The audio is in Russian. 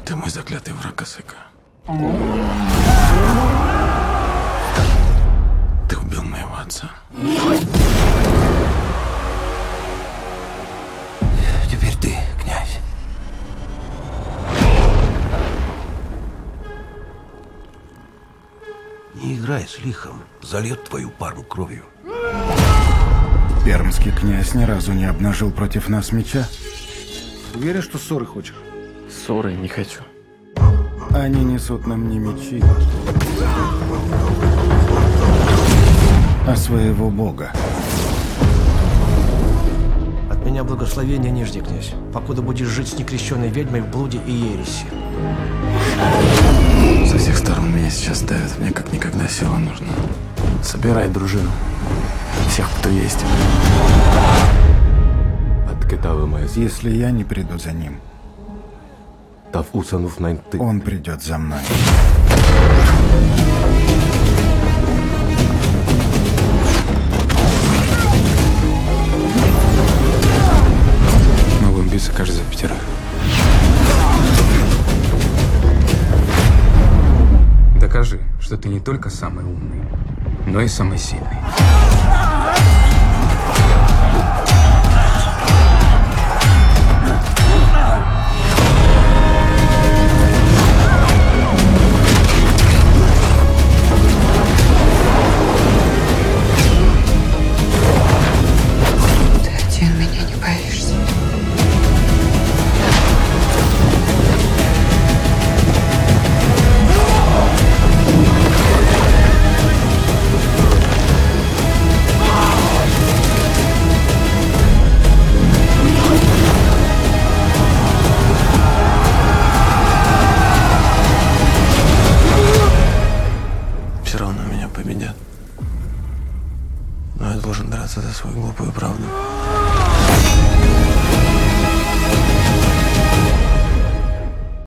Ты мой заклятый враг, Асека. Ты убил моего отца. Теперь ты, князь. Не играй с лихом, зальет твою пару кровью. Пермский князь ни разу не обнажил против нас меча. Уверен, что ссоры хочешь? Ссоры не хочу. Они несут нам не мечи, а своего бога. От меня благословение, нижний князь, покуда будешь жить с некрещенной ведьмой в блуде и ереси. Со всех сторон меня сейчас давят. Мне как никогда сила нужна. Собирай дружину. Всех, кто есть. Если я не приду за ним, он придет за мной. Мы будем биться каждый за пятерых. Докажи, что ты не только самый умный, но и самый сильный. Ты один меня не боишься. Все равно меня победят. Но я должен драться за свою глупую правду.